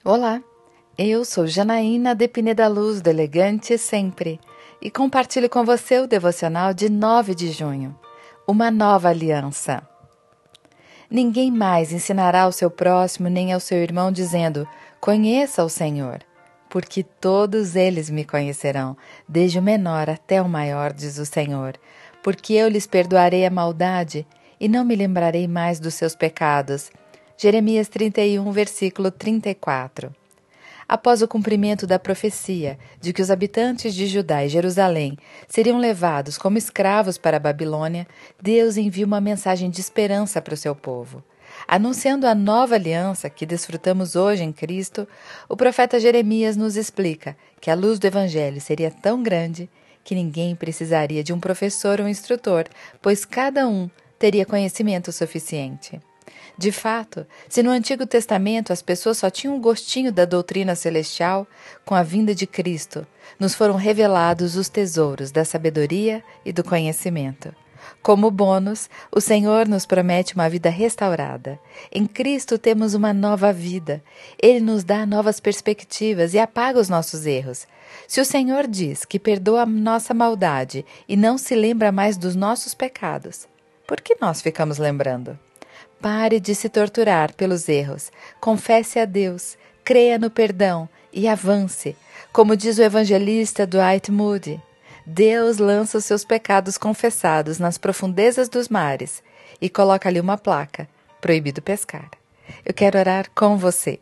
Olá, eu sou Janaína de Pineda Luz, do Elegante Sempre, e compartilho com você o devocional de 9 de junho, uma nova aliança. Ninguém mais ensinará ao seu próximo nem ao seu irmão dizendo, conheça o Senhor, porque todos eles me conhecerão, desde o menor até o maior, diz o Senhor, porque eu lhes perdoarei a maldade e não me lembrarei mais dos seus pecados. Jeremias 31, versículo 34. Após o cumprimento da profecia de que os habitantes de Judá e Jerusalém seriam levados como escravos para a Babilônia, Deus envia uma mensagem de esperança para o seu povo. Anunciando a nova aliança que desfrutamos hoje em Cristo, o profeta Jeremias nos explica que a luz do Evangelho seria tão grande que ninguém precisaria de um professor ou instrutor, pois cada um teria conhecimento suficiente. De fato, se no Antigo Testamento as pessoas só tinham um gostinho da doutrina celestial, com a vinda de Cristo, nos foram revelados os tesouros da sabedoria e do conhecimento. Como bônus, o Senhor nos promete uma vida restaurada. Em Cristo temos uma nova vida. Ele nos dá novas perspectivas e apaga os nossos erros. Se o Senhor diz que perdoa a nossa maldade e não se lembra mais dos nossos pecados, por que nós ficamos lembrando? Pare de se torturar pelos erros, confesse a Deus, creia no perdão e avance. Como diz o evangelista Dwight Moody, Deus lança os seus pecados confessados nas profundezas dos mares e coloca ali uma placa, proibido pescar. Eu quero orar com você.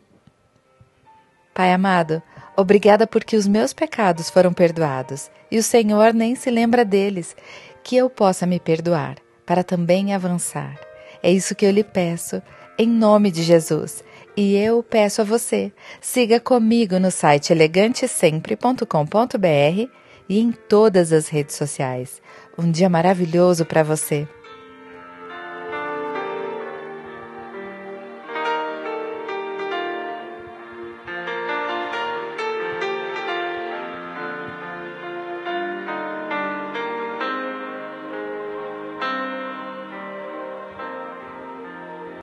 Pai amado, obrigada porque os meus pecados foram perdoados e o Senhor nem se lembra deles, que eu possa me perdoar para também avançar. É isso que eu lhe peço, em nome de Jesus. E eu peço a você, siga comigo no site elegantesempre.com.br e em todas as redes sociais. Um dia maravilhoso para você!